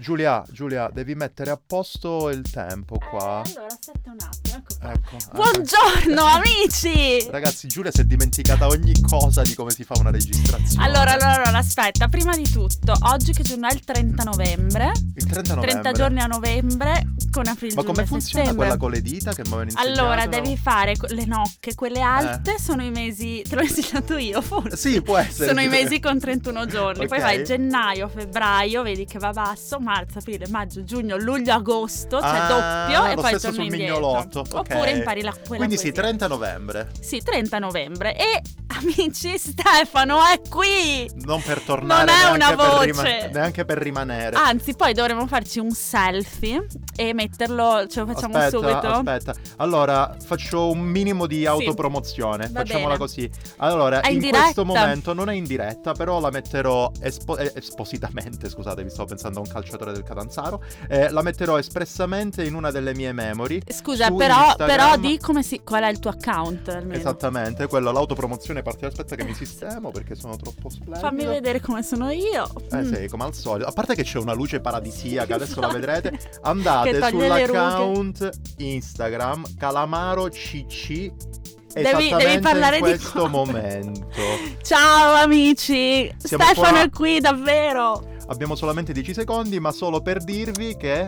Giulia, devi mettere a posto il tempo qua. Allora, aspetta un attimo, Ecco. Buongiorno amici! Ragazzi, Giulia si è dimenticata ogni cosa di come si fa una registrazione. Allora, aspetta, prima di tutto, oggi che giorno è il 30 novembre? Il 30 novembre. 30 giorni a novembre con aprile, Ma giugno come e funziona settembre. quella con le dita che mi avevano insegnato? Allora, devi fare le nocche, quelle alte sono i mesi, te l'ho insegnato io forse. Sì, può essere. Sono i mesi con 31 giorni, poi Ok. vai gennaio, febbraio, vedi che va basso, marzo, aprile, maggio, giugno, luglio, agosto, cioè doppio e lo poi stesso torni sul indietro. mignolotto. Ok. Oppure impari quella Quindi sì, poesia. 30 novembre. Sì, 30 novembre. E amici, Stefano è qui! Non per tornare, Non è neanche una per voce. neanche per rimanere. Anzi, poi dovremmo farci un selfie e metterlo, ce lo facciamo subito. Aspetta. Allora, faccio un minimo di autopromozione. Va Facciamola bene. così. Allora, È in in diretta? questo momento non è in diretta, però la metterò espositamente, scusate, vi stavo pensando a un calciatore del Catanzaro. La metterò espressamente in una delle mie memory. Scusa, su però Instagram. di qual è il tuo account almeno. Esattamente, quello, l'autopromozione parte. Aspetta che mi sistemo perché sono troppo splendido. Fammi vedere come sono io. Sì, come al solito. A parte che c'è una luce paradisiaca, adesso la vedrete. Che Andate toglie le sull'account Instagram Calamaro CC. Devi parlare in di questo quanto. momento. Ciao amici, Siamo Stefano qua. è qui davvero. Abbiamo solamente 10 secondi, ma solo per dirvi che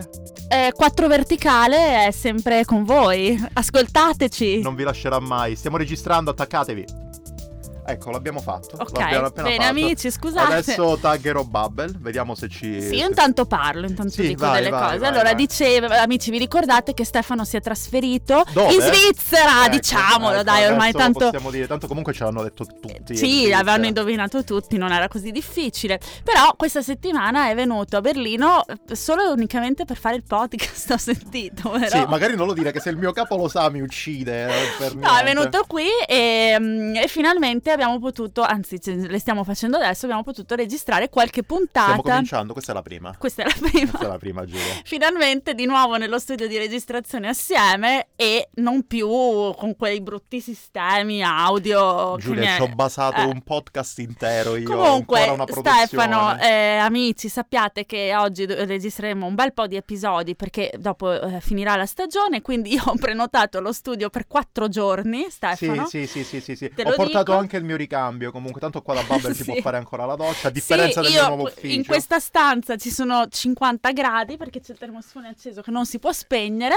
4 verticale è sempre con voi. Ascoltateci. non vi lascerà mai. Stiamo registrando, attaccatevi. Ecco, l'abbiamo fatto. Ok, L'abbiamo appena bene fatto. amici, scusate. Adesso taggerò Bubble, vediamo se ci... Sì, io intanto parlo, intanto Sì, dico vai, delle vai, cose. vai, Allora, vai. dicevo, amici, vi ricordate che Stefano si è trasferito Dove? in Svizzera, Ecco, diciamolo, ecco, dai, ormai adesso tanto. lo possiamo dire, tanto comunque ce l'hanno detto tutti. Sì, avevano indovinato tutti, non era così difficile. Però questa settimana è venuto a Berlino solo e unicamente per fare il podcast, ho sentito, vero? Sì, magari non lo dire, che se il mio capo lo sa mi uccide. Per No, è niente. venuto qui e finalmente abbiamo potuto, anzi le stiamo facendo adesso, abbiamo potuto registrare qualche puntata. Stiamo cominciando, questa è la prima. Questa è la prima. Questa è la prima, Giulia. Finalmente di nuovo nello studio di registrazione assieme e non più con quei brutti sistemi audio. Giulia, ci ho basato un podcast intero io. Comunque, ancora una produzione. Stefano, amici, sappiate che oggi registreremo un bel po' di episodi perché dopo finirà la stagione, quindi io ho prenotato lo studio per 4 giorni, Stefano. Sì. Te Ho lo portato dico. anche il mio ricambio. Comunque, tanto qua da Bubble si Sì. può fare ancora la doccia. A differenza del io mio nuovo ufficio. in questa stanza ci sono 50 gradi perché c'è il termosifone acceso che non si può spegnere.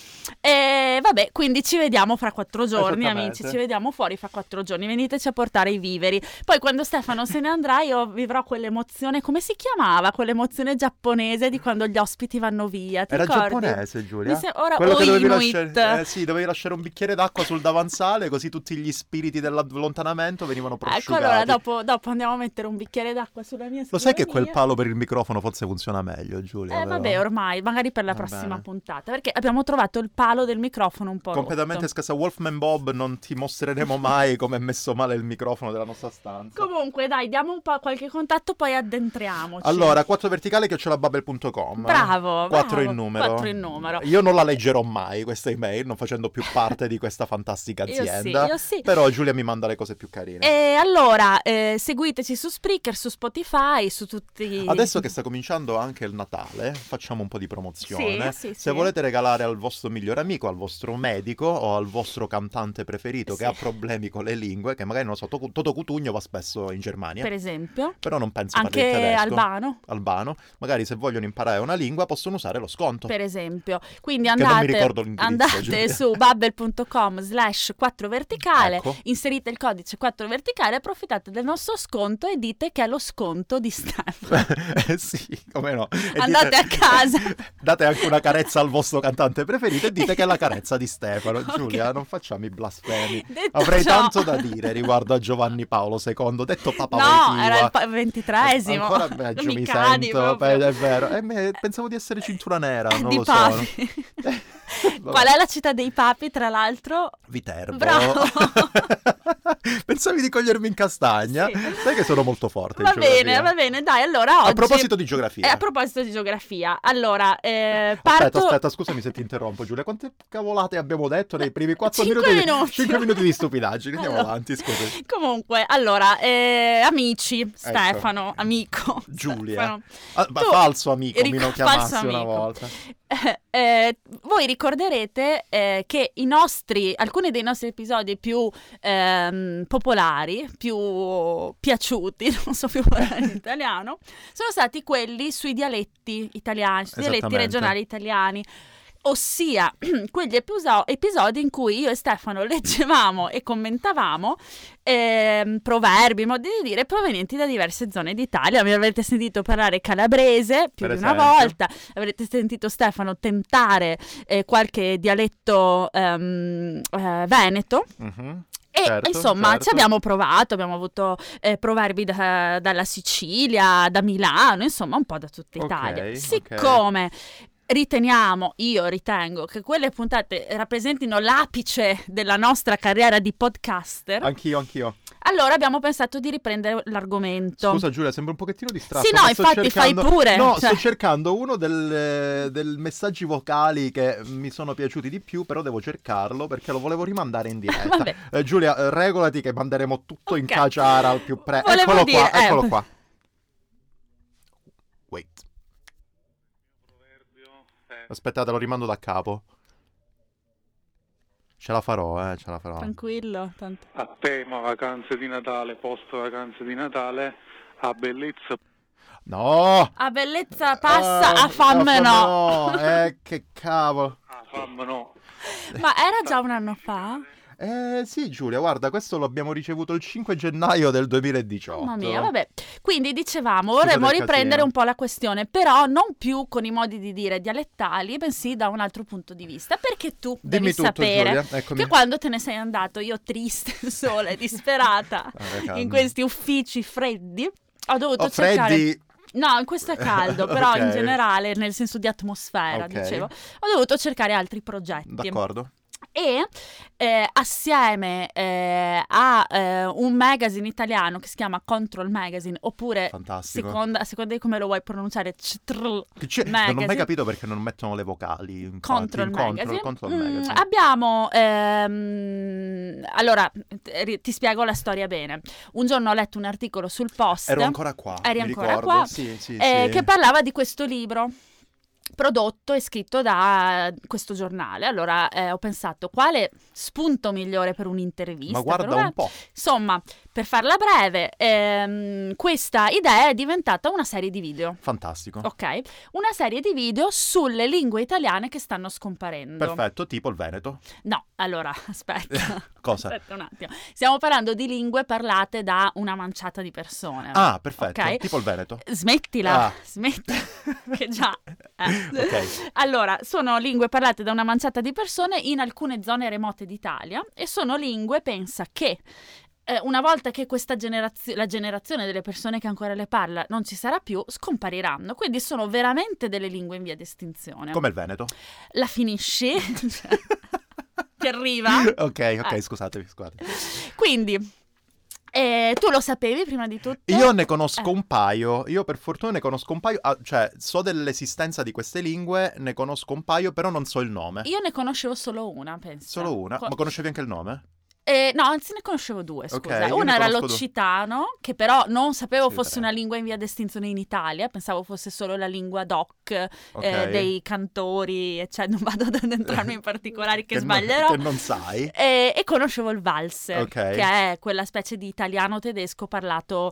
E vabbè, quindi ci vediamo fra 4 giorni, Esattamente. amici. Ci vediamo fuori fra 4 giorni. Veniteci a portare i viveri. Poi quando Stefano se ne andrà, io vivrò quell'emozione. Come si chiamava? Quell'emozione giapponese di quando gli ospiti vanno via. Ti Era ricordi? giapponese, Giulia. Ora Quello che dovevi Inuit. lasciare. Sì, dovevi lasciare un bicchiere d'acqua sul davanzale, così tutti gli spiriti dell'allontanamento venivano Ecco, prosciugati. allora dopo andiamo a mettere un bicchiere d'acqua sulla mia scrivania. Lo sai che quel palo per il microfono forse funziona meglio, Giulia? vero? Vabbè, ormai, magari per la Va prossima bene. puntata, perché abbiamo trovato il palo del microfono un po' Completamente rotto. scassa. Wolfman Bob, non ti mostreremo mai come è messo male il microfono della nostra stanza. Comunque, dai, diamo un po' qualche contatto, poi addentriamoci. Allora, 4verticale@bubble.com. Bravo, 4 bravo. in numero. 4 in numero. Io non la leggerò mai questa email, non facendo più parte di questa fantastica azienda. Io sì. Però Giulia mi manda le cose più carine. E allora, seguiteci su Spreaker, su Spotify, su tutti... Adesso che sta cominciando anche il Natale, facciamo un po' di promozione. Sì, Se volete regalare al vostro migliore amico, al vostro medico o al vostro cantante preferito Sì. che ha problemi con le lingue, che magari non lo so, Toto Cutugno va spesso in Germania, Per esempio. però non penso parli il Anche tedesco. Albano, Magari se vogliono imparare una lingua possono usare lo sconto. per esempio. Quindi Che non mi ricordo l'indirizzo, andate Giulia. su bubble.com/4verticale, Ecco. inserite il codice 4verticale, approfittate del nostro sconto e dite che è lo sconto di Stefano. Sì, come no. E Andate a casa. Date anche una carezza al vostro cantante preferito e dite che è la carezza di Stefano. Ok. Giulia, non facciamo i blasfemi. Detto Avrei ciò- tanto da dire riguardo a Giovanni Paolo II, detto Papa No, Wojtyła. era il 23esimo. Ancora peggio mi cadi sento, proprio. è vero. Pensavo di essere cintura nera, non Di lo papi. sono. Qual è la città dei papi, tra l'altro? Viterbo. Bravo. Pensavi di cogliermi in castagna? Sì. Sai che sono molto forte in Va geografia. bene, dai, allora oggi... A proposito di geografia. A proposito di geografia, allora, parto... Aspetta, scusami se ti interrompo, Giulia. Quante cavolate abbiamo detto nei primi 4 5 minuti? 5 minuti di stupidaggine. Andiamo Allora, avanti, scusa. Comunque, allora, amici, Stefano, amico. Giulia. Stefano. Tu Falso amico, mi non chiamassi falso una amico. volta. Voi ricorderete che alcuni dei nostri episodi più popolari, più piaciuti, non so più parlare in italiano, sono stati quelli sui dialetti italiani, sui dialetti regionali italiani. Ossia, quegli episodi in cui io e Stefano leggevamo e commentavamo proverbi, modi di dire provenienti da diverse zone d'Italia. Mi avrete sentito parlare calabrese più di una volta, avrete sentito Stefano tentare qualche dialetto veneto. Mm-hmm. E insomma ci abbiamo provato, abbiamo avuto proverbi dalla Sicilia, da Milano, insomma un po' da tutta Italia. Siccome io ritengo che quelle puntate rappresentino l'apice della nostra carriera di podcaster. Anch'io. Allora abbiamo pensato di riprendere l'argomento. Scusa Giulia, sembra un pochettino distratto. Sì, no, infatti fai pure. No, sto cercando uno del messaggi vocali che mi sono piaciuti di più, però devo cercarlo perché lo volevo rimandare in diretta. Giulia, regolati che manderemo tutto in caciara al più presto. Eccolo qua. Wait. Aspettate, lo rimando da capo. Ce la farò. Tranquillo, tanto. A tema vacanze di Natale, post vacanze di Natale, a bellezza. No! A bellezza passa, a fame no. Che cavolo. A fame no. Ma era già un anno fa? Sì, Giulia, guarda, questo l'abbiamo ricevuto il 5 gennaio del 2018. Mamma mia, vabbè. Quindi dicevamo, vorremmo riprendere un po' la questione, però non più con i modi di dire dialettali, bensì da un altro punto di vista, perché tu devi sapere che quando te ne sei andato, io triste, sola e disperata, in questi uffici freddi, ho dovuto cercare... Freddi... No, questo è caldo, però in generale, nel senso di atmosfera, dicevo, ho dovuto cercare altri progetti. D'accordo. E assieme a un magazine italiano che si chiama Control Magazine, oppure a seconda di come lo vuoi pronunciare, non ho mai capito perché non mettono le vocali. Infatti, Control Magazine. Control Magazine. Abbiamo allora ti spiego la storia bene. Un giorno ho letto un articolo sul Post. Eri ancora qua. Sì. Che parlava di questo libro prodotto e scritto da questo giornale. Allora ho pensato, quale spunto migliore per un'intervista? Ma guarda un po'. Insomma, per farla breve, questa idea è diventata una serie di video. Fantastico. Ok? Una serie di video sulle lingue italiane che stanno scomparendo. Perfetto, tipo il Veneto. No, allora, aspetta. Cosa? Aspetta un attimo. Stiamo parlando di lingue parlate da una manciata di persone. Ah, perfetto. Okay? Tipo il Veneto. Smettila. Che già... Okay. Allora, sono lingue parlate da una manciata di persone in alcune zone remote d'Italia e sono lingue, pensa, che una volta che questa la generazione delle persone che ancora le parla non ci sarà più, scompariranno. Quindi sono veramente delle lingue in via di estinzione. Come il Veneto. La finisci? Ti arriva? Ok, scusate. Quindi... tu lo sapevi prima di tutto? Io ne conosco un paio, io per fortuna ne conosco un paio, cioè so dell'esistenza di queste lingue, ne conosco un paio, però non so il nome. Io ne conoscevo solo una, penso. Solo una? Ma conoscevi anche il nome? No, anzi ne conoscevo due, scusa. Okay, una era l'occitano, che però non sapevo fosse una lingua in via d'estinzione in Italia, pensavo fosse solo la lingua doc dei cantori, eccetera. Non vado ad addentrarmi in particolari che sbaglierò. Che non sai. E conoscevo il Walser, che è quella specie di italiano tedesco parlato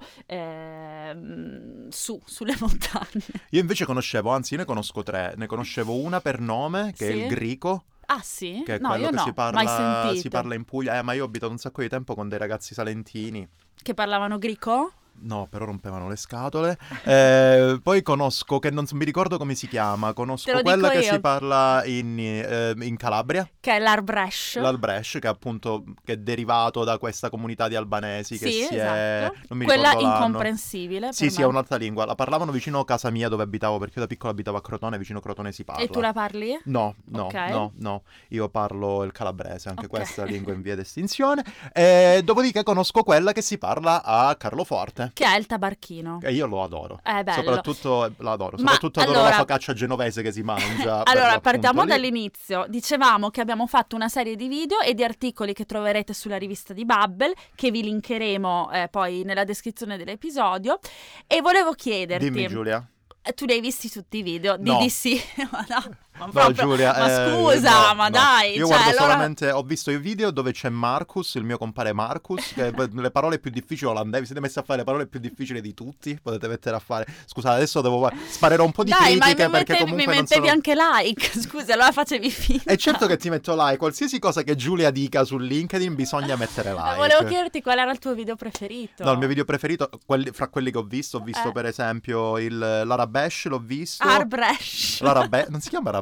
sulle montagne. Io invece ne conosco tre. Ne conoscevo una per nome, che è il greco. Ah sì? Che è no, quello io che no, mai sentito. si parla in Puglia. Ma io ho abitato un sacco di tempo con dei ragazzi salentini. Che parlavano greco? No, però rompevano le scatole. Poi conosco, che non mi ricordo come si chiama, conosco quella che si parla in Calabria. Che è l'Arbresh. L'Arbresh, che appunto che è derivato da questa comunità di albanesi che sì, si esatto. è... Non mi quella ricordo l'anno. Incomprensibile. Sì, è un'altra lingua. La parlavano vicino a casa mia dove abitavo, perché io da piccolo abitavo a Crotone, vicino a Crotone si parla. E tu la parli? No. Okay. No. Io parlo il calabrese, anche questa lingua in via d'estinzione. Dopodiché conosco quella che si parla a Carloforte. Che è il tabarchino. E io lo adoro. È bello. Soprattutto adoro la focaccia genovese che si mangia. Allora, partiamo dall'inizio. Dicevamo che abbiamo fatto una serie di video e di articoli che troverete sulla rivista di Babbel, che vi linkeremo poi nella descrizione dell'episodio. E volevo chiederti... Dimmi, Giulia. Tu li hai visti tutti i video? No. Di sì. No, Giulia, ma scusa, no. dai. Io guardo solamente, ho visto i video dove c'è Marcus, il mio compare Marcus, che le parole più difficili olandesi, siete messi a fare le parole più difficili di tutti, potete mettere a fare. Scusate, adesso sparerò un po' di critiche perché comunque mi mettevi anche like, scusa, allora facevi finta. E certo che ti metto like, qualsiasi cosa che Giulia dica su LinkedIn bisogna mettere like. Volevo chiederti qual era il tuo video preferito. No, il mio video preferito, fra quelli che ho visto per esempio l'Arabesh, l'ho visto. Arbresh. Non si chiama Arabesh.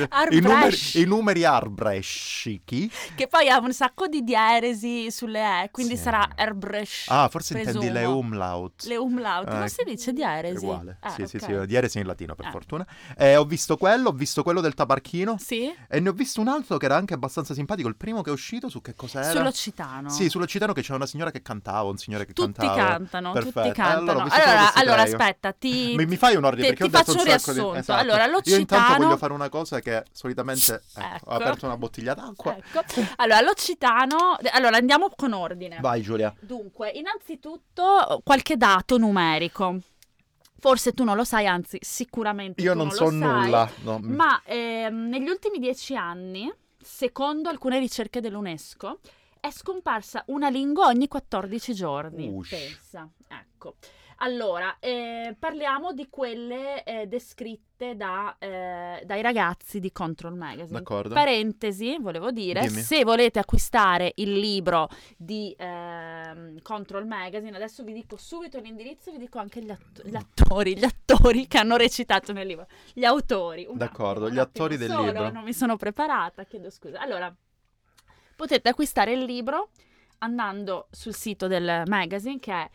I numeri arbrescichi. Che poi ha un sacco di dieresi sulle E, quindi sarà Arbresh. Ah, forse presumo. Intendi le umlaut. Le umlaut, non si dice dieresi? È uguale, sì, okay. sì, dieresi in latino per fortuna. Ho visto quello del tabarchino. Sì. E ne ho visto un altro che era anche abbastanza simpatico, il primo che è uscito, su che cos'era? Sull'occitano. Sì, sull'occitano, che c'era una signora che cantava, un signore che tutti cantava. Perfetto. Tutti cantano. Allora aspetta, mi fai un ordine, perché ho detto un sacco di... Esatto. Allora, l'occitano... Io intanto voglio fare una cosa che solitamente... Ho aperto una bottiglia d'acqua. Ecco. Allora, l'occitano... Allora, andiamo con ordine. Vai, Giulia. Dunque, innanzitutto, qualche dato numerico. Forse tu non lo sai, anzi, sicuramente io tu non so nulla. No. Ma negli ultimi 10 anni, secondo alcune ricerche dell'UNESCO, è scomparsa una lingua ogni 14 giorni. Pensa. Ecco. Allora, parliamo di quelle descritte dai ragazzi di Control Magazine. D'accordo. Parentesi, volevo dire, Dimmi. se volete acquistare il libro di Control Magazine, adesso vi dico subito l'indirizzo, vi dico anche gli attori che hanno recitato nel libro. Gli autori. D'accordo, gli attori del libro. Non mi sono preparata, chiedo scusa. Allora, potete acquistare il libro andando sul sito del magazine, che è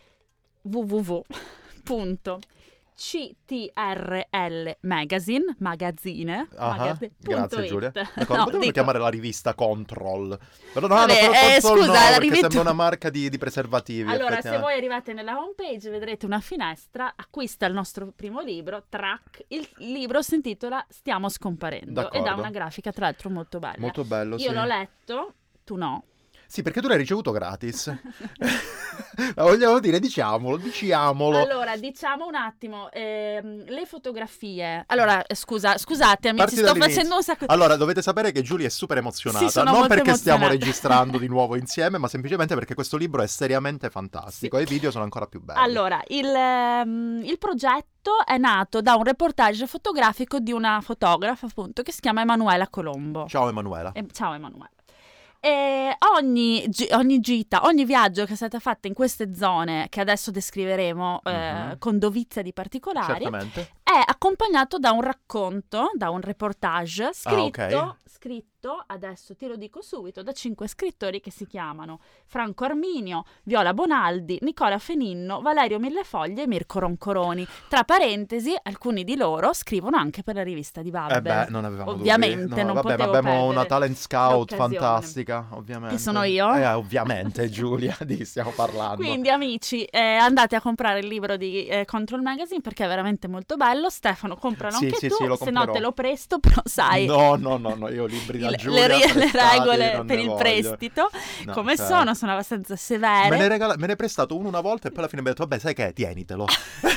www.ctrlmagazine.it. Grazie Giulia. Potremmo chiamare la rivista Control. Però scusa, la rivista sembra una marca di preservativi. Allora, se voi arrivate nella homepage vedrete una finestra, acquista il nostro primo libro, Track. Il libro si intitola Stiamo scomparendo. D'accordo. Ed ha una grafica tra l'altro molto bella. Molto bello, Io l'ho letto, tu no. Sì, perché tu l'hai ricevuto gratis. Vogliamo dire, diciamolo. Allora, diciamo un attimo, le fotografie. Allora, scusate amici, sto facendo un sacco. Allora, dovete sapere che Giulia è super emozionata. Sì, sono non molto perché emozionata. stiamo registrando di nuovo insieme, ma semplicemente perché questo libro è seriamente fantastico. Sì. E i video sono ancora più belli. Allora, il progetto è nato da un reportage fotografico di una fotografa, appunto, che si chiama Emanuela Colombo. Ciao Emanuela. Ciao Emanuela. E ogni gita, ogni viaggio che è stata fatta in queste zone, che adesso descriveremo con dovizia di particolari, certamente, è accompagnato da un racconto, da un reportage scritto, adesso te lo dico subito, da 5 scrittori che si chiamano Franco Arminio, Viola Bonaldi, Nicola Feninno, Valerio Millefoglie e Mirko Roncoroni. Tra parentesi, alcuni di loro scrivono anche per la rivista di Babbel. Non avevamo ovviamente dubbi. non ma potevo abbiamo una perdere talent scout l'occasione. fantastica, ovviamente. Che sono io? Ovviamente, Giulia, di chi stiamo parlando. Quindi amici, andate a comprare il libro di Control Magazine perché è veramente molto bello. Stefano, compralo anche tu, lo se no te lo presto, però sai. No, io libri da Giulia le regole per il voglio. prestito come sono abbastanza severe. Me ne è prestato uno una volta e poi alla fine mi ha detto vabbè, sai che è? Tienitelo.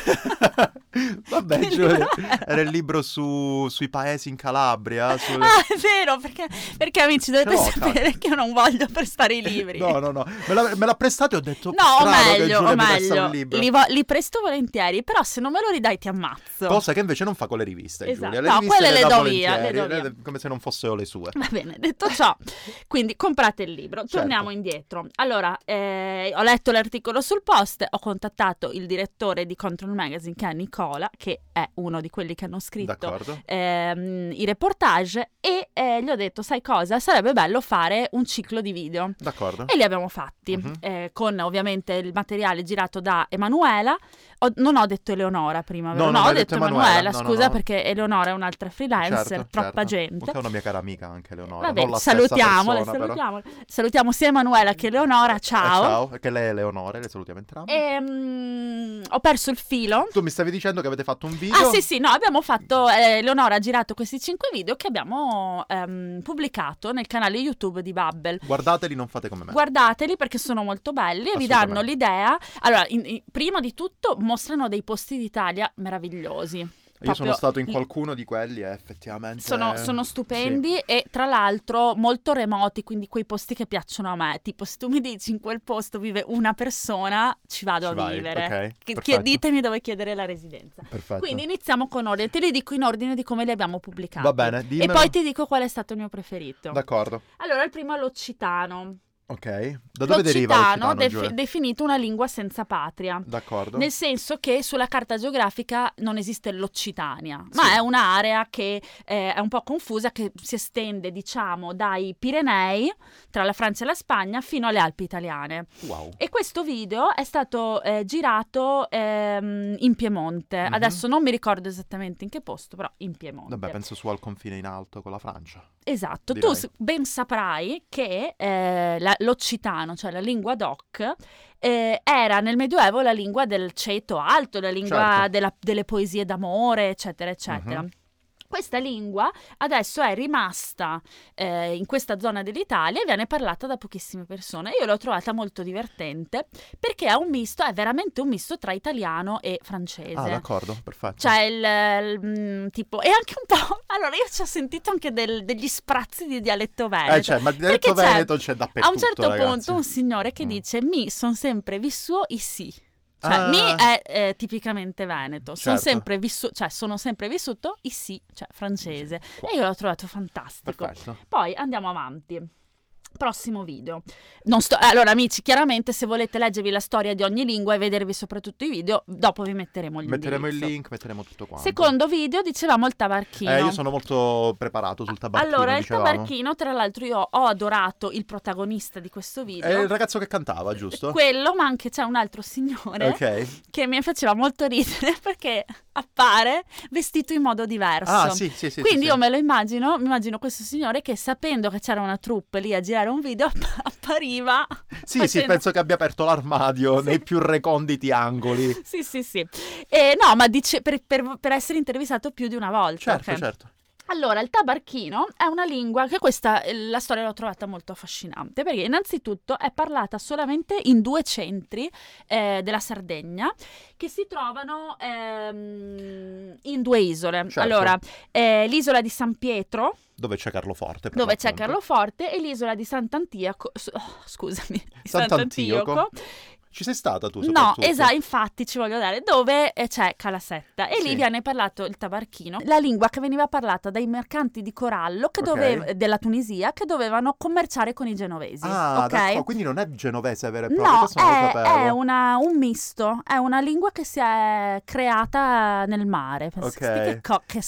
Vabbè, Giulia, era il libro sui paesi in Calabria. Ah, è vero, perché amici dovete sapere che io non voglio prestare i libri. No, me l'ha prestato e ho detto no, o meglio, li presto volentieri, però se non me lo ridai ti ammazzo. Cosa che invece non fa con le riviste, esatto. Giulia. Le no, riviste quelle le do volentieri, via. come se non fossero le sue. Va bene, detto ciò, quindi comprate il libro. Torniamo indietro. Allora, ho letto l'articolo sul Post, ho contattato il direttore di Control Magazine, che è Nicola, che è uno di quelli che hanno scritto i reportage, e gli ho detto, sai cosa? Sarebbe bello fare un ciclo di video. D'accordo. E li abbiamo fatti, con ovviamente il materiale girato da Emanuela. Non ho detto Eleonora prima, vero? No, ho detto Emanuela, scusa, perché Eleonora è un'altra freelancer, troppa gente. È una mia cara amica anche Eleonora. Vabbè, non la salutiamole. Salutiamo sia Emanuela che Eleonora, ciao. Ciao, che lei è Eleonora, le salutiamo entrambe. Ho perso il filo. Tu mi stavi dicendo che avete fatto un video? Ah sì, no, abbiamo fatto, Eleonora ha girato questi 5 video che abbiamo pubblicato nel canale YouTube di Babbel. Guardateli, non fate come me. Guardateli perché sono molto belli e vi danno l'idea. Allora, prima di tutto mostrano dei posti d'Italia meravigliosi. Io sono stato in qualcuno di quelli e effettivamente sono stupendi, e tra l'altro molto remoti, quindi quei posti che piacciono a me. Tipo, se tu mi dici in quel posto vive una persona, ci vado a vivere. Ditemi dove chiedere la residenza. Perfetto. Quindi iniziamo con ordine. Te li dico in ordine di come li abbiamo pubblicati. Va bene, dimmelo. E poi ti dico qual è stato il mio preferito. D'accordo. Allora, il primo è l'Occitano. Ok, da dove deriva l'Occitano? Definito una lingua senza patria. D'accordo. Nel senso che sulla carta geografica non esiste l'Occitania, ma è un'area che è un po' confusa, che si estende, diciamo, dai Pirenei, tra la Francia e la Spagna, fino alle Alpi italiane. Wow. E questo video è stato girato in Piemonte. Mm-hmm. Adesso non mi ricordo esattamente in che posto, però in Piemonte. Vabbè, penso su al confine in alto con la Francia. Esatto, direi. Tu ben saprai che l'occitano, cioè la lingua doc, era nel Medioevo la lingua del ceto alto, la lingua delle poesie d'amore, eccetera, eccetera. Uh-huh. Questa lingua adesso è rimasta in questa zona dell'Italia e viene parlata da pochissime persone. Io l'ho trovata molto divertente perché è veramente un misto tra italiano e francese. Ah, d'accordo, perfetto. Cioè il tipo, e anche un po'. Allora, io ci ho sentito anche degli sprazzi di dialetto veneto. Ma il dialetto veneto c'è dappertutto. A un certo ragazzi. punto un signore che dice: mi son sempre vissuto ici. Cioè, mi è tipicamente veneto. Sono sempre vissuto ici, cioè francese. E io l'ho trovato fantastico. Perfetto. Poi andiamo avanti. Prossimo video. Allora, amici, chiaramente se volete leggervi la storia di ogni lingua e vedervi soprattutto i video, dopo vi metteremo il link, metteremo tutto quanto. Secondo video, dicevamo il tabarchino. Io sono molto preparato sul tabarchino. Allora, il tabarchino, tra l'altro, io ho adorato il protagonista di questo video. È il ragazzo che cantava, giusto? Quello, ma anche c'è un altro signore che mi faceva molto ridere perché appare vestito in modo diverso. Ah, sì. Quindi io me lo immagino questo signore che, sapendo che c'era una troupe lì a girare un video, appariva. Sì, penso che abbia aperto l'armadio nei più reconditi angoli. Sì. No, ma dice per essere intervistato più di una volta. Certo. Allora, il tabarchino è una lingua che la storia l'ho trovata molto affascinante, perché innanzitutto è parlata solamente in 2 centri della Sardegna, che si trovano in 2 isole. Certo. Allora, l'isola di San Pietro, dove c'è Carlo Forte. E l'isola di Sant'Antioco. Scusami, Sant'Antioco. Ci sei stata tu? No, esatto, infatti ci voglio dare, dove c'è Calasetta e lì viene parlato il tabarchino, la lingua che veniva parlata dai mercanti di corallo della Tunisia, che dovevano commerciare con i genovesi. D'accordo, quindi non è genovese vera e propria. No, è un misto, è una lingua che si è creata nel mare. Che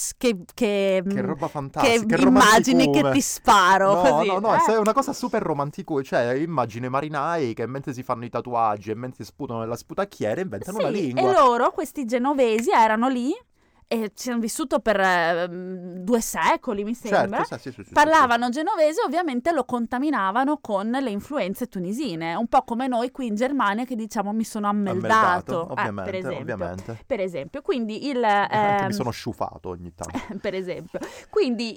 roba fantastica, che immagini che ti sparo così. No, è una cosa super romantico, cioè immagine marinai che mentre si fanno i tatuaggi e mentre sputano nella sputacchiera inventano una lingua. E loro, questi genovesi, erano lì e ci hanno vissuto per 2 secoli, mi sembra. Sì, parlavano genovese, ovviamente lo contaminavano con le influenze tunisine, un po' come noi qui in Germania che diciamo mi sono ammeldato, ovviamente. Per esempio, quindi mi sono sciufato ogni tanto. Per esempio, quindi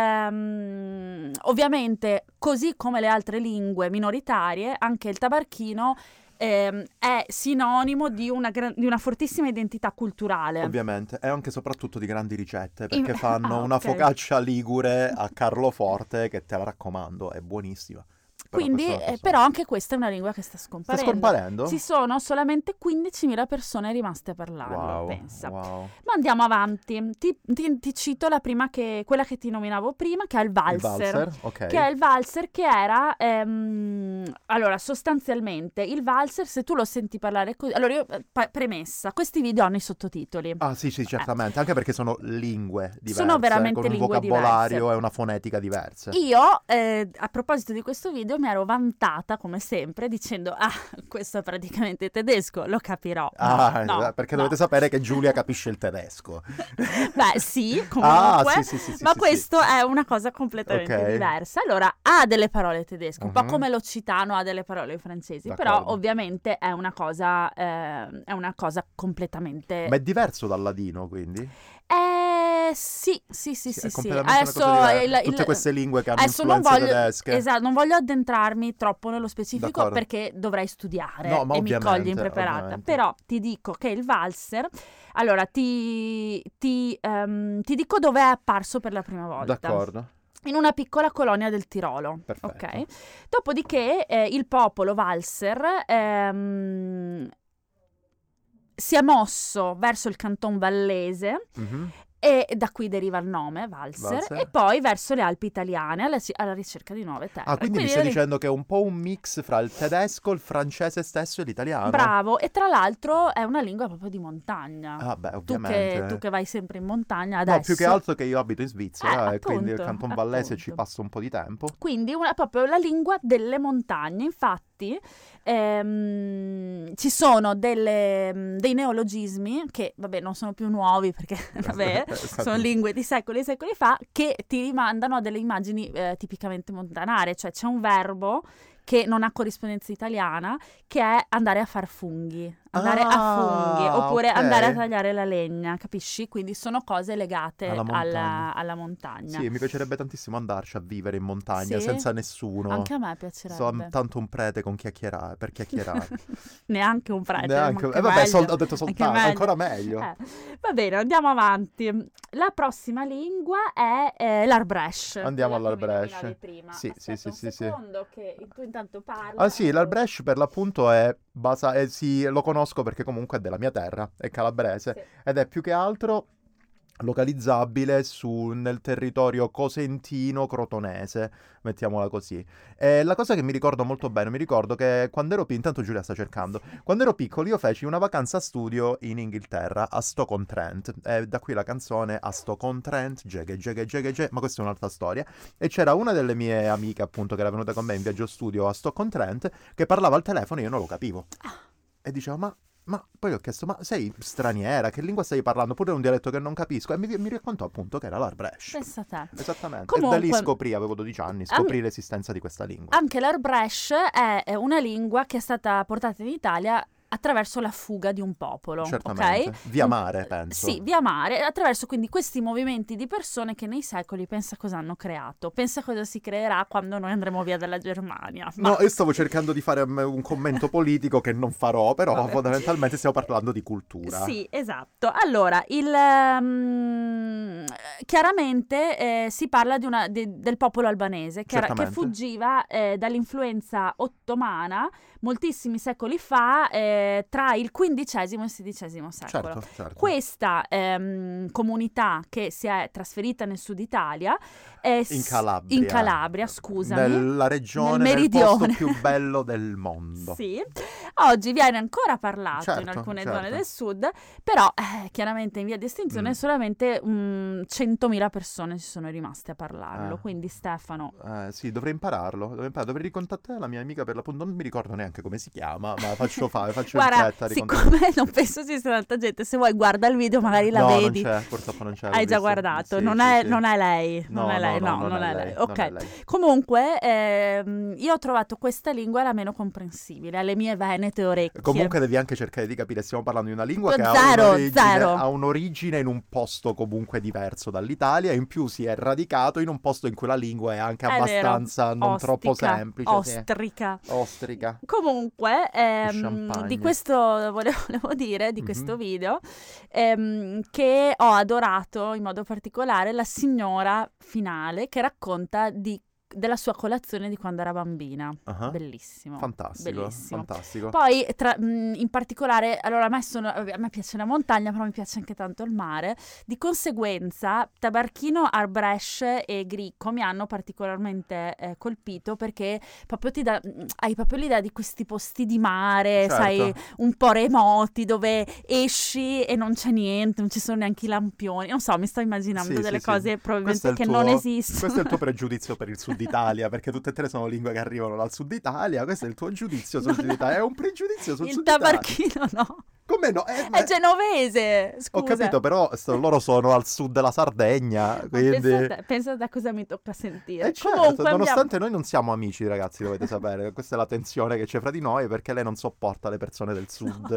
ovviamente, così come le altre lingue minoritarie, anche il tabarchino è sinonimo di una fortissima identità culturale. Ovviamente, e anche soprattutto di grandi ricette, perché fanno una focaccia ligure a Carloforte che te la raccomando, è buonissima. Quindi, però anche questa è una lingua che sta scomparendo. Sta scomparendo? Ci sono solamente 15.000 persone rimaste a parlarlo, Wow, pensa. wow. Ma andiamo avanti. Ti cito la prima quella che ti nominavo prima, che è il valzer. Ok. Che è il valzer che era... allora, sostanzialmente, il valzer, se tu lo senti parlare così... Allora, io, premessa, questi video hanno i sottotitoli. Ah, sì, certamente. Anche perché sono lingue diverse. Sono veramente con un lingue vocabolario diverse. e una fonetica diverse. Io, a proposito di questo video, mi ero vantata, come sempre, dicendo, questo è praticamente tedesco, lo capirò. Perché dovete sapere che Giulia capisce il tedesco. Beh, sì, comunque, sì, ma questo è una cosa completamente diversa. Allora, ha delle parole tedesche, un po' come l'occitano ha delle parole francesi, però ovviamente è una cosa completamente... Ma è diverso dal ladino, quindi? Sì. È completamente tutte queste lingue che hanno influenze tedesche. Esatto, non voglio addentrarmi troppo nello specifico perché dovrei studiare e mi coglie impreparata. Ovviamente. Però ti dico che il valzer, allora ti dico dove è apparso per la prima volta. D'accordo. In una piccola colonia del Tirolo. Perfetto. Ok. Dopodiché il popolo valzer si è mosso verso il canton vallese. Mm-hmm. E da qui deriva il nome, valzer, e poi verso le Alpi italiane alla ricerca di nuove terre. Quindi mi stai dicendo che è un po' un mix fra il tedesco, il francese stesso e l'italiano? Bravo, e tra l'altro è una lingua proprio di montagna. Ovviamente. Tu che vai sempre in montagna adesso. No, più che altro che io abito in Svizzera e quindi il canton vallese ci appunto. passo un po' di tempo. Quindi è proprio la lingua delle montagne, infatti ci sono dei neologismi che, vabbè, non sono più nuovi perché, vabbè, sono lingue di secoli e secoli fa, che ti rimandano a delle immagini tipicamente montanare, cioè c'è un verbo che non ha corrispondenza italiana, che è andare a far funghi, oppure andare a tagliare la legna, capisci? Quindi sono cose legate alla montagna. Sì, mi piacerebbe tantissimo andarci a vivere in montagna senza nessuno. Anche a me piacerebbe. Sono tanto un prete per chiacchierare. Neanche un prete. Ho detto soltanto, ancora meglio. Va bene, andiamo avanti. La prossima lingua è l'Arbresh. Andiamo all'Arbresh. Sì. Secondo che tu intanto parli. Sì, l'Arbresh per l'appunto è lo conosco perché comunque è della mia terra, è calabrese, ed è più che altro localizzabile nel territorio cosentino-crotonese, mettiamola così. E la cosa che mi ricordo molto bene, mi ricordo che quando ero intanto Giulia sta cercando, quando ero piccolo io feci una vacanza studio in Inghilterra, a Stoke-on-Trent, e da qui la canzone A Stoke-on-Trent, Jeghe, ma questa è un'altra storia, e c'era una delle mie amiche appunto che era venuta con me in viaggio studio a Stoke-on-Trent che parlava al telefono e io non lo capivo. E dicevo, ma poi ho chiesto, ma sei straniera? Che lingua stai parlando? Pure un dialetto che non capisco. E mi raccontò appunto che era l'Arbresh. Pensa a te. Esattamente. Comunque, e da lì avevo 12 anni, scoprì l'esistenza di questa lingua. Anche l'Arbresh è una lingua che è stata portata in Italia attraverso la fuga di un popolo, certamente. Ok? Via mare, penso. Sì, via mare, attraverso quindi questi movimenti di persone che nei secoli pensa cosa hanno creato, pensa cosa si creerà quando noi andremo via dalla Germania. No, io stavo cercando di fare un commento politico che non farò, però fondamentalmente stiamo parlando di cultura. Sì, esatto. Allora, chiaramente si parla del popolo albanese che fuggiva dall'influenza ottomana moltissimi secoli fa, tra il XV e il XVI secolo. Certo. Questa comunità che si è trasferita nel sud Italia, in Calabria, scusami, nella regione, nel posto più bello del mondo. Sì, oggi viene ancora parlato in alcune zone del sud, però chiaramente in via di estinzione solamente 100.000 persone ci sono rimaste a parlarlo, quindi Stefano... Sì, dovrei impararlo, dovrei ricontattare la mia amica per l'appunto, non mi ricordo neanche come si chiama, ma faccio Guarda, siccome non penso ci sia tanta gente, se vuoi guarda il video magari la vedi. No, non c'è, purtroppo non c'è. Hai già guardato, non è lei. Non è lei. Ok, comunque io ho trovato questa lingua la meno comprensibile alle mie venete orecchie. Comunque devi anche cercare di capire, stiamo parlando di una lingua che ha un'origine in un posto comunque diverso dall'Italia, e in più si è radicato in un posto in cui la lingua è anche abbastanza non troppo semplice. Ostrica. Comunque, di questo volevo dire, di questo video, che ho adorato in modo particolare la signora finale che racconta di della sua colazione di quando era bambina. Uh-huh. Bellissimo. Fantastico, Bellissimo. fantastico. Poi in particolare, allora a me piace la montagna, però mi piace anche tanto il mare. Di conseguenza Tabarchino, Arbresh e Gricco mi hanno particolarmente colpito, perché proprio hai proprio l'idea di questi posti di mare, Certo. sai, un po' remoti, dove esci e non c'è niente, non ci sono neanche i lampioni. Non so, mi sto immaginando Sì, delle sì, cose sì. probabilmente che non esistono. Questo è il tuo pregiudizio per il Sud Italia, perché tutte e tre sono lingue che arrivano dal Sud Italia. Questo è il tuo giudizio sul Sud Italia. È un pregiudizio sul Il Sud Italia. Tabarchino no. Come no? È genovese, scusa. Ho capito, però loro sono al sud della Sardegna, Ma quindi... pensa da cosa mi tocca sentire. Certo, Comunque nonostante noi non siamo amici, ragazzi, dovete sapere. Questa è la tensione che c'è fra di noi, perché lei non sopporta le persone del sud.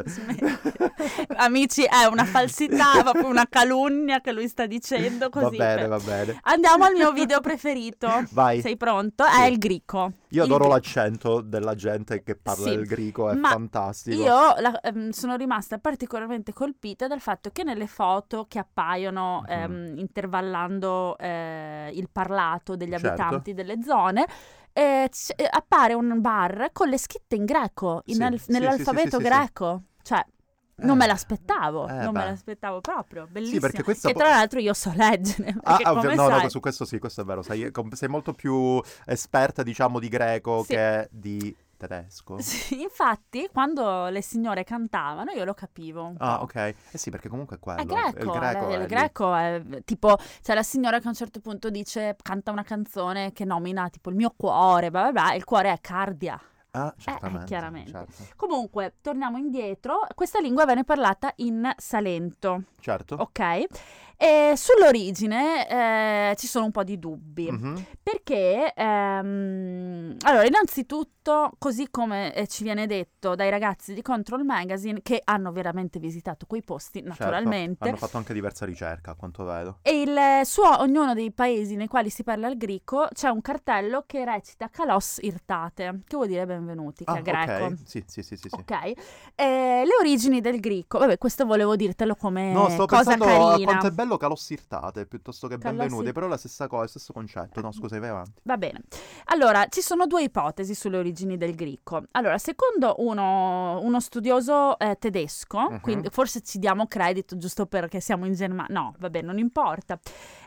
Amici, è una falsità, proprio una calunnia che lui sta dicendo così. Va bene. Andiamo al mio video preferito. Vai. Sei pronto? Sì. È il Gricco. Io adoro l'accento della gente che parla Sì, del greco, è ma fantastico. Io sono rimasta particolarmente colpita dal fatto che nelle foto che appaiono intervallando il parlato degli Certo. abitanti delle zone, appare un bar con le scritte in greco, nell'alfabeto sì. greco. Cioè, non me l'aspettavo, non me beh. l'aspettavo proprio, bellissimo. Sì, perché questa e tra l'altro io so leggere, perché come no, sai... su questo sì, questo è vero. Sei molto più esperta, diciamo, di greco Sì. che di tedesco. Sì, infatti, quando le signore cantavano, io lo capivo un po'. Ah, ok. Eh sì, perché comunque è quello. È greco, il greco il è greco è tipo, c'è la signora che a un certo punto canta una canzone che nomina tipo il mio cuore, bla bla bla, e il cuore è cardia. Ah, certamente. Chiaramente. Certo. Comunque, torniamo indietro, questa lingua venne parlata in Salento, Certo. ok? E sull'origine ci sono un po' di dubbi, Mhm. perché allora, innanzitutto, così come ci viene detto dai ragazzi di Control Magazine, che hanno veramente visitato quei posti, naturalmente, Certo. Hanno fatto anche diversa ricerca, a quanto vedo. e ognuno dei paesi nei quali si parla il greco c'è un cartello che recita Kalos Irtate, che vuol dire benvenuti, che è greco. ok. Sì. Ok, le origini del greco, vabbè, questo volevo dirtelo come No, sto cosa pensando a carina. quanto è bello calossirtate piuttosto che Calossi- benvenuti, però è la stessa cosa, stesso concetto. No, scusa, vai avanti. Va bene. Allora, ci sono due ipotesi sulle origini del greco. Allora, secondo uno studioso tedesco, Mhm. quindi forse ci diamo credito giusto perché siamo in Germania. No, vabbè, non importa.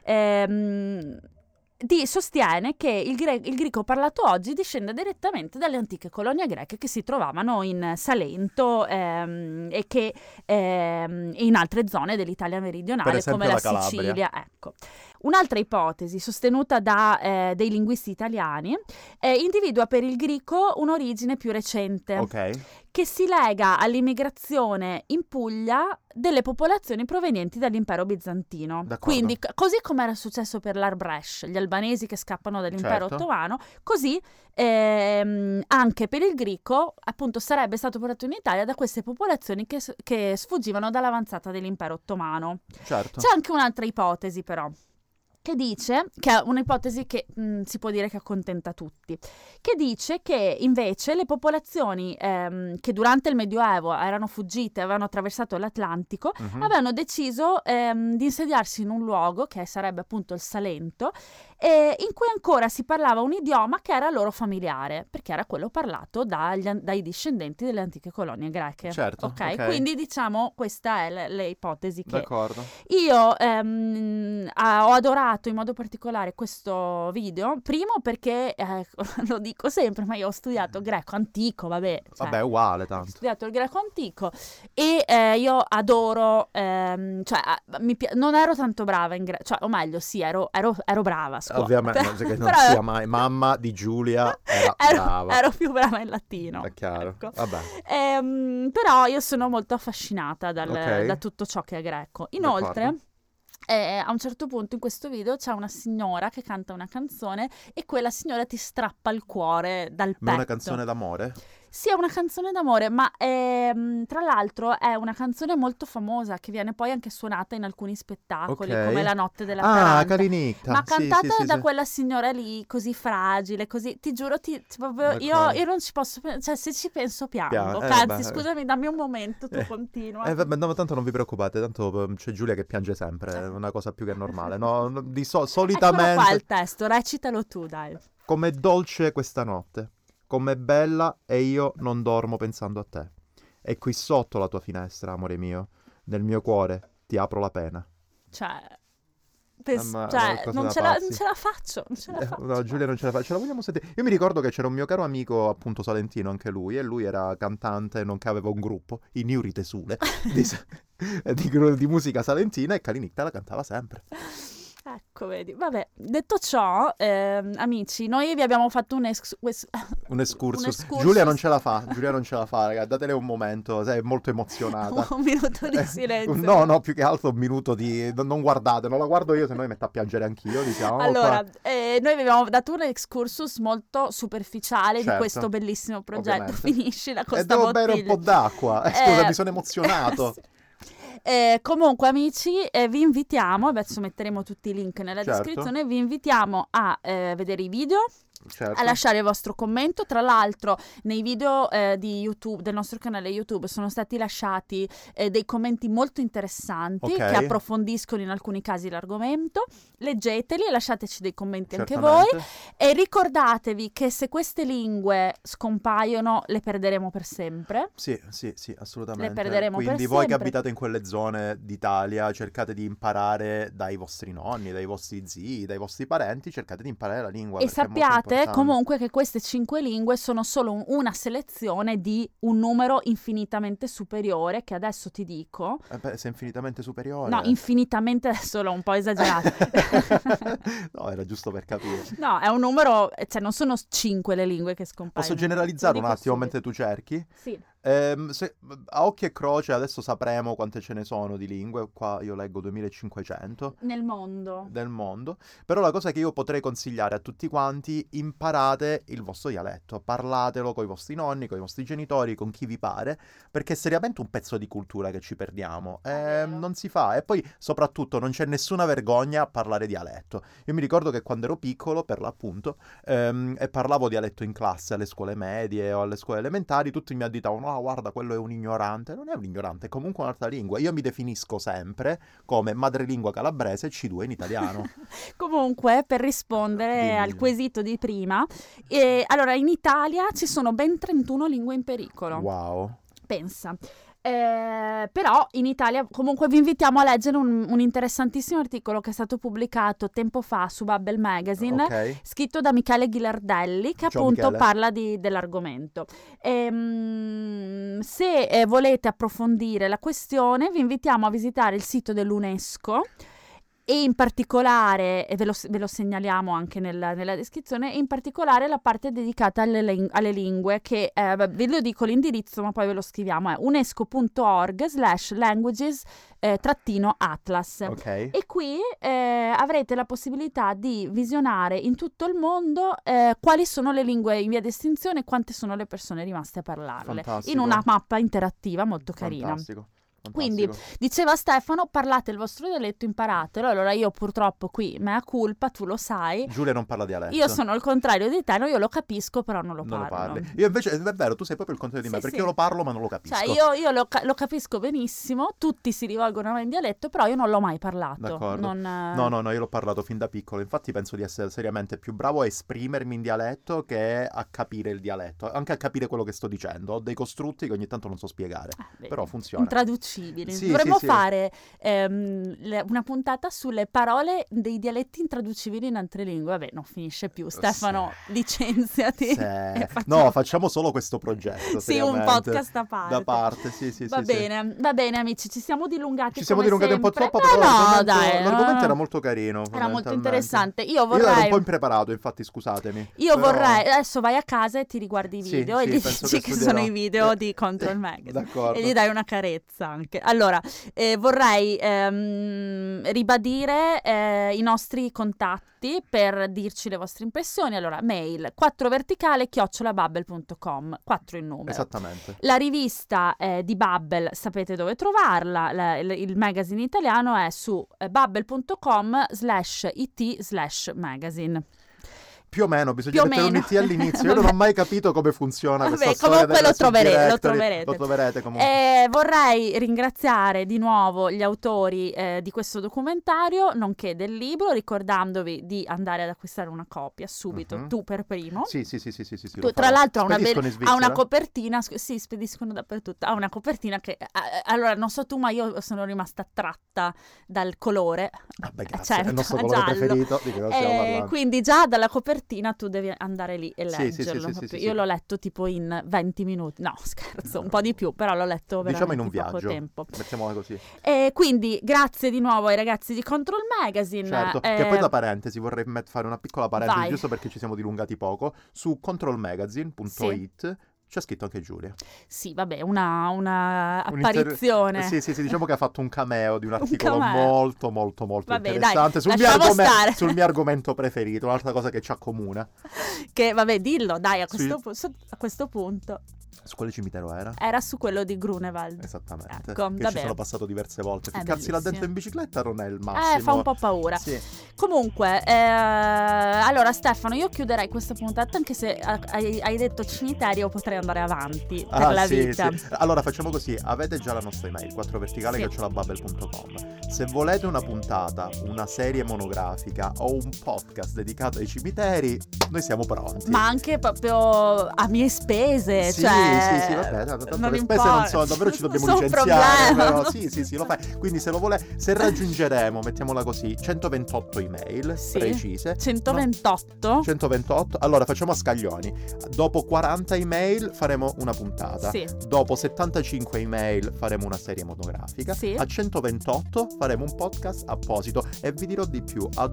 Sostiene che il greco parlato oggi discende direttamente dalle antiche colonie greche che si trovavano in Salento e che in altre zone dell'Italia meridionale, Per esempio come la la Calabria. Sicilia. Ecco. Un'altra ipotesi sostenuta da dei linguisti italiani individua per il greco un'origine più recente, Ok. che si lega all'immigrazione in Puglia delle popolazioni provenienti dall'impero bizantino. D'accordo. Quindi, così come era successo per l'Arbresh, gli albanesi che scappano dall'impero Certo. ottomano, così anche per il greco, appunto, sarebbe stato portato in Italia da queste popolazioni che sfuggivano dall'avanzata dell'impero ottomano. Certo. C'è anche un'altra ipotesi, però, che dice, che è un'ipotesi che si può dire che accontenta tutti, che dice che invece le popolazioni che durante il Medioevo erano fuggite, avevano attraversato l'Atlantico, Mhm. avevano deciso di insediarsi in un luogo, che sarebbe appunto il Salento, in cui ancora si parlava un idioma che era loro familiare, perché era quello parlato dai discendenti delle antiche colonie greche. Certo, ok. Quindi diciamo questa è le ipotesi che... D'accordo. Io ho adorato in modo particolare questo video, primo perché, lo dico sempre, ma io ho studiato greco antico, vabbè. Cioè, Vabbè, è uguale ho tanto. studiato il greco antico e io adoro, non ero tanto brava in greco, cioè, o meglio, sì, ero brava a scuola. Ovviamente, non che non Però- sia mai. Mamma di Giulia era brava. ero più brava in latino. È chiaro. ecco. Vabbè. Però io sono molto affascinata Ok. da tutto ciò che è greco. Inoltre, D'accordo. a un certo punto in questo video c'è una signora che canta una canzone e quella signora ti strappa il cuore dal petto. Ma è una canzone d'amore? Sì, è una canzone d'amore, ma tra l'altro è una canzone molto famosa che viene poi anche suonata in alcuni spettacoli, Ok. come La notte della Ah, Taranta. Carinita. Ma Sì, cantata sì, da sì. quella signora lì, così fragile, così, ti giuro, proprio, D'accordo. io non ci posso, cioè se ci penso piango. Piano, Anzi, vabbè. scusami, dammi un momento, tu continua. Vabbè, no, tanto non vi preoccupate, tanto c'è Giulia che piange sempre, è una cosa più che normale. No, Eccolo qua solitamente... il testo, recitalo tu, dai. Com'è dolce questa notte, com'è bella e io non dormo pensando a te. E qui sotto la tua finestra, amore mio, nel mio cuore ti apro la pena. Cioè, Non ce la faccio. No, Giulia non ce la fa. Ce la vogliamo sentire? Io mi ricordo che c'era un mio caro amico, appunto salentino, anche lui, e lui era cantante, nonché aveva un gruppo, i Niuri Tesule, di musica salentina, e Calinicta la cantava sempre. Ecco, vedi. Vabbè, detto ciò, amici, noi vi abbiamo fatto un excursus. Giulia non ce la fa, raga. Datele un momento, sei molto emozionata. Un minuto di silenzio. No, più che altro un minuto di... Non guardate, non la guardo io, se no mi metto a piangere anch'io, diciamo. Allora, noi vi abbiamo dato un excursus molto superficiale di questo bellissimo progetto. Ovviamente. Finiscila con E sta devo bottiglia. bere un po' d'acqua. Scusa, mi sono emozionato. Comunque amici, vi invitiamo, adesso metteremo tutti i link nella descrizione, vi invitiamo a vedere i video, a lasciare il vostro commento. Tra l'altro nei video di YouTube, del nostro canale YouTube, sono stati lasciati dei commenti molto interessanti che approfondiscono in alcuni casi l'argomento. Leggeteli e lasciateci dei commenti anche voi, e ricordatevi che se queste lingue scompaiono le perderemo per sempre. Sì, assolutamente. Le perderemo Quindi per voi sempre. che abitate in quelle zone d'Italia, cercate di imparare dai vostri nonni, dai vostri zii, dai vostri parenti, cercate di imparare la lingua. E sappiate comunque che queste 5 lingue sono solo una selezione di un numero infinitamente superiore, che adesso ti dico. Se infinitamente superiore. No, infinitamente adesso l'ho un po' esagerato. No, era giusto per capire. No, è un numero, cioè non sono 5 le lingue che scompaiono. Posso generalizzare un attimo mentre tu cerchi? Sì. A occhio e croce adesso sapremo quante ce ne sono di lingue. Qua io leggo 2500 nel mondo. Però la cosa che io potrei consigliare a tutti quanti: imparate il vostro dialetto, parlatelo con i vostri nonni, con i vostri genitori, con chi vi pare, perché è seriamente un pezzo di cultura che ci perdiamo. Non si fa. E poi soprattutto non c'è nessuna vergogna a parlare dialetto. Io mi ricordo che quando ero piccolo, per l'appunto, e parlavo dialetto in classe alle scuole medie o alle scuole elementari, tutti mi additavano: ah, guarda, quello è un ignorante. Non è un ignorante, è comunque un'altra lingua. Io mi definisco sempre come madrelingua calabrese C2 in italiano. Comunque, per rispondere al quesito di prima, allora in Italia ci sono ben 31 lingue in pericolo. Wow. Pensa. Però in Italia comunque vi invitiamo a leggere un interessantissimo articolo che è stato pubblicato tempo fa su Bubble Magazine, scritto da Michele Ghilardelli, che appunto parla dell'argomento. Se volete approfondire la questione, vi invitiamo a visitare il sito dell'UNESCO, e in particolare, e ve lo segnaliamo anche nella descrizione, in particolare la parte dedicata alle lingue, che ve lo dico l'indirizzo, ma poi ve lo scriviamo, è unesco.org/languages-atlas. E qui avrete la possibilità di visionare in tutto il mondo quali sono le lingue in via di estinzione e quante sono le persone rimaste a parlarle. Fantastico. In una mappa interattiva molto carina. Fantastico. Quindi diceva Stefano, parlate il vostro dialetto, imparatelo. Allora io purtroppo qui, mea culpa, tu lo sai, Giulia non parla dialetto. Io sono il contrario di te, no? Io lo capisco però non lo parlo. Parli. Io invece, è vero, tu sei proprio il contrario di me, perché io lo parlo ma non lo capisco. Cioè io lo capisco benissimo, tutti si rivolgono a me in dialetto, però io non l'ho mai parlato. D'accordo. No, io l'ho parlato fin da piccolo, infatti penso di essere seriamente più bravo a esprimermi in dialetto che a capire il dialetto, anche a capire quello che sto dicendo. Ho dei costrutti che ogni tanto non so spiegare, però funziona. Intraducibili. Sì, Dovremmo fare una puntata sulle parole dei dialetti intraducibili in altre lingue. Vabbè, non finisce più. Stefano, licenziati. No, facciamo solo questo progetto. Sì, un podcast a parte. Da parte, sì. Va bene, amici, ci siamo dilungati. Ci siamo dilungati un po' troppo, però l'argomento era molto carino. Era molto interessante. Io ero un po' impreparato, infatti, scusatemi. Vorrei, adesso vai a casa e ti riguardi i video e gli dici che sono i video di Control Magazine. D'accordo. E gli dai una carezza anche. Allora, vorrei ribadire i nostri contatti per dirci le vostre impressioni. Allora, mail 4verticale@bubble.com, 4 in numero. Esattamente. La rivista di Bubble sapete dove trovarla, il magazine italiano è su bubble.com/it/magazine. Più o meno, bisogna mettere un IT all'inizio. Io non ho mai capito come funziona questa storia. Comunque lo troverete. Lo troverete comunque. Vorrei ringraziare di nuovo gli autori di questo documentario, nonché del libro, ricordandovi di andare ad acquistare una copia subito, tu per primo. Sì. Tu, tra l'altro ha una copertina, sì, spediscono dappertutto. Ha una copertina che, allora non so tu, ma io sono rimasta attratta dal colore. Grazie, certo, è il nostro colore preferito, di che non stiamo parlando. Quindi già dalla copertina tu devi andare lì e leggerlo. Sì, io l'ho letto tipo in 20 minuti, no scherzo, un po' di più, però l'ho letto veramente in un poco viaggio, tempo. mettiamola così. E quindi grazie di nuovo ai ragazzi di Control Magazine. Certo, che poi da parentesi vorrei fare una piccola parentesi, giusto perché ci siamo dilungati poco, su controlmagazine.it c'è scritto anche Giulia. Sì, vabbè, una apparizione. Sì, diciamo che ha fatto un cameo di un articolo molto interessante dai, sul mio argomento preferito, un'altra cosa che ci accomuna. Che, vabbè, dillo, dai, a questo punto. Su quale cimitero era? Era su quello di Grunewald. Esattamente. Ecco, che ci sono passato diverse volte. Ficcarsi là dentro in bicicletta non è il massimo. Fa un po' paura. Sì. Comunque, allora Stefano, io chiuderei questa puntata, anche se hai detto cimitero, io potrei andare avanti per la vita. Sì. Allora facciamo così, avete già la nostra email 4verticale@babel.com. Se volete una puntata, una serie monografica o un podcast dedicato ai cimiteri, noi siamo pronti. Ma anche proprio a mie spese, sì, vabbè, tanto non le spese importa. non so, davvero ci dobbiamo Sono licenziare, però sì, lo fai. Quindi se raggiungeremo, mettiamola così, 128 email precise. 128? No? 128. Allora facciamo a scaglioni. Dopo 40 email faremo una puntata. Sì. Dopo 75 email faremo una serie monografica. Sì. A 128 faremo un podcast apposito e vi dirò di più, a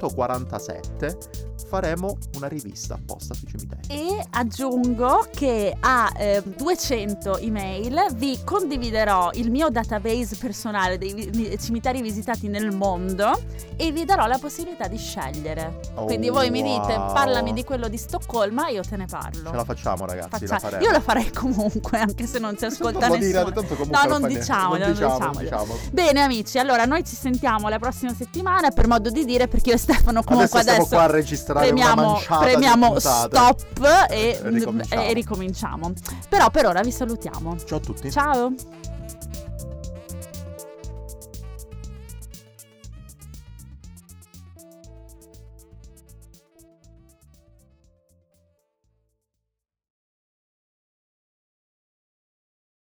247 faremo una rivista apposta sui cimiteri. E aggiungo che a 200 email vi condividerò il mio database personale dei cimiteri visitati nel mondo e vi darò la possibilità di scegliere. Quindi voi mi dite parlami di quello di Stoccolma e io te ne parlo. Ce la facciamo, ragazzi, la faremo. Io la farei comunque, anche se non si ascolta non nessuno. Tanto comunque non diciamo. Bene amici, allora noi ci sentiamo la prossima settimana, per modo di dire, perché io e Stefano comunque adesso qua a registrare premiamo stop e ricominciamo. Però per ora vi salutiamo. Ciao a tutti. Ciao.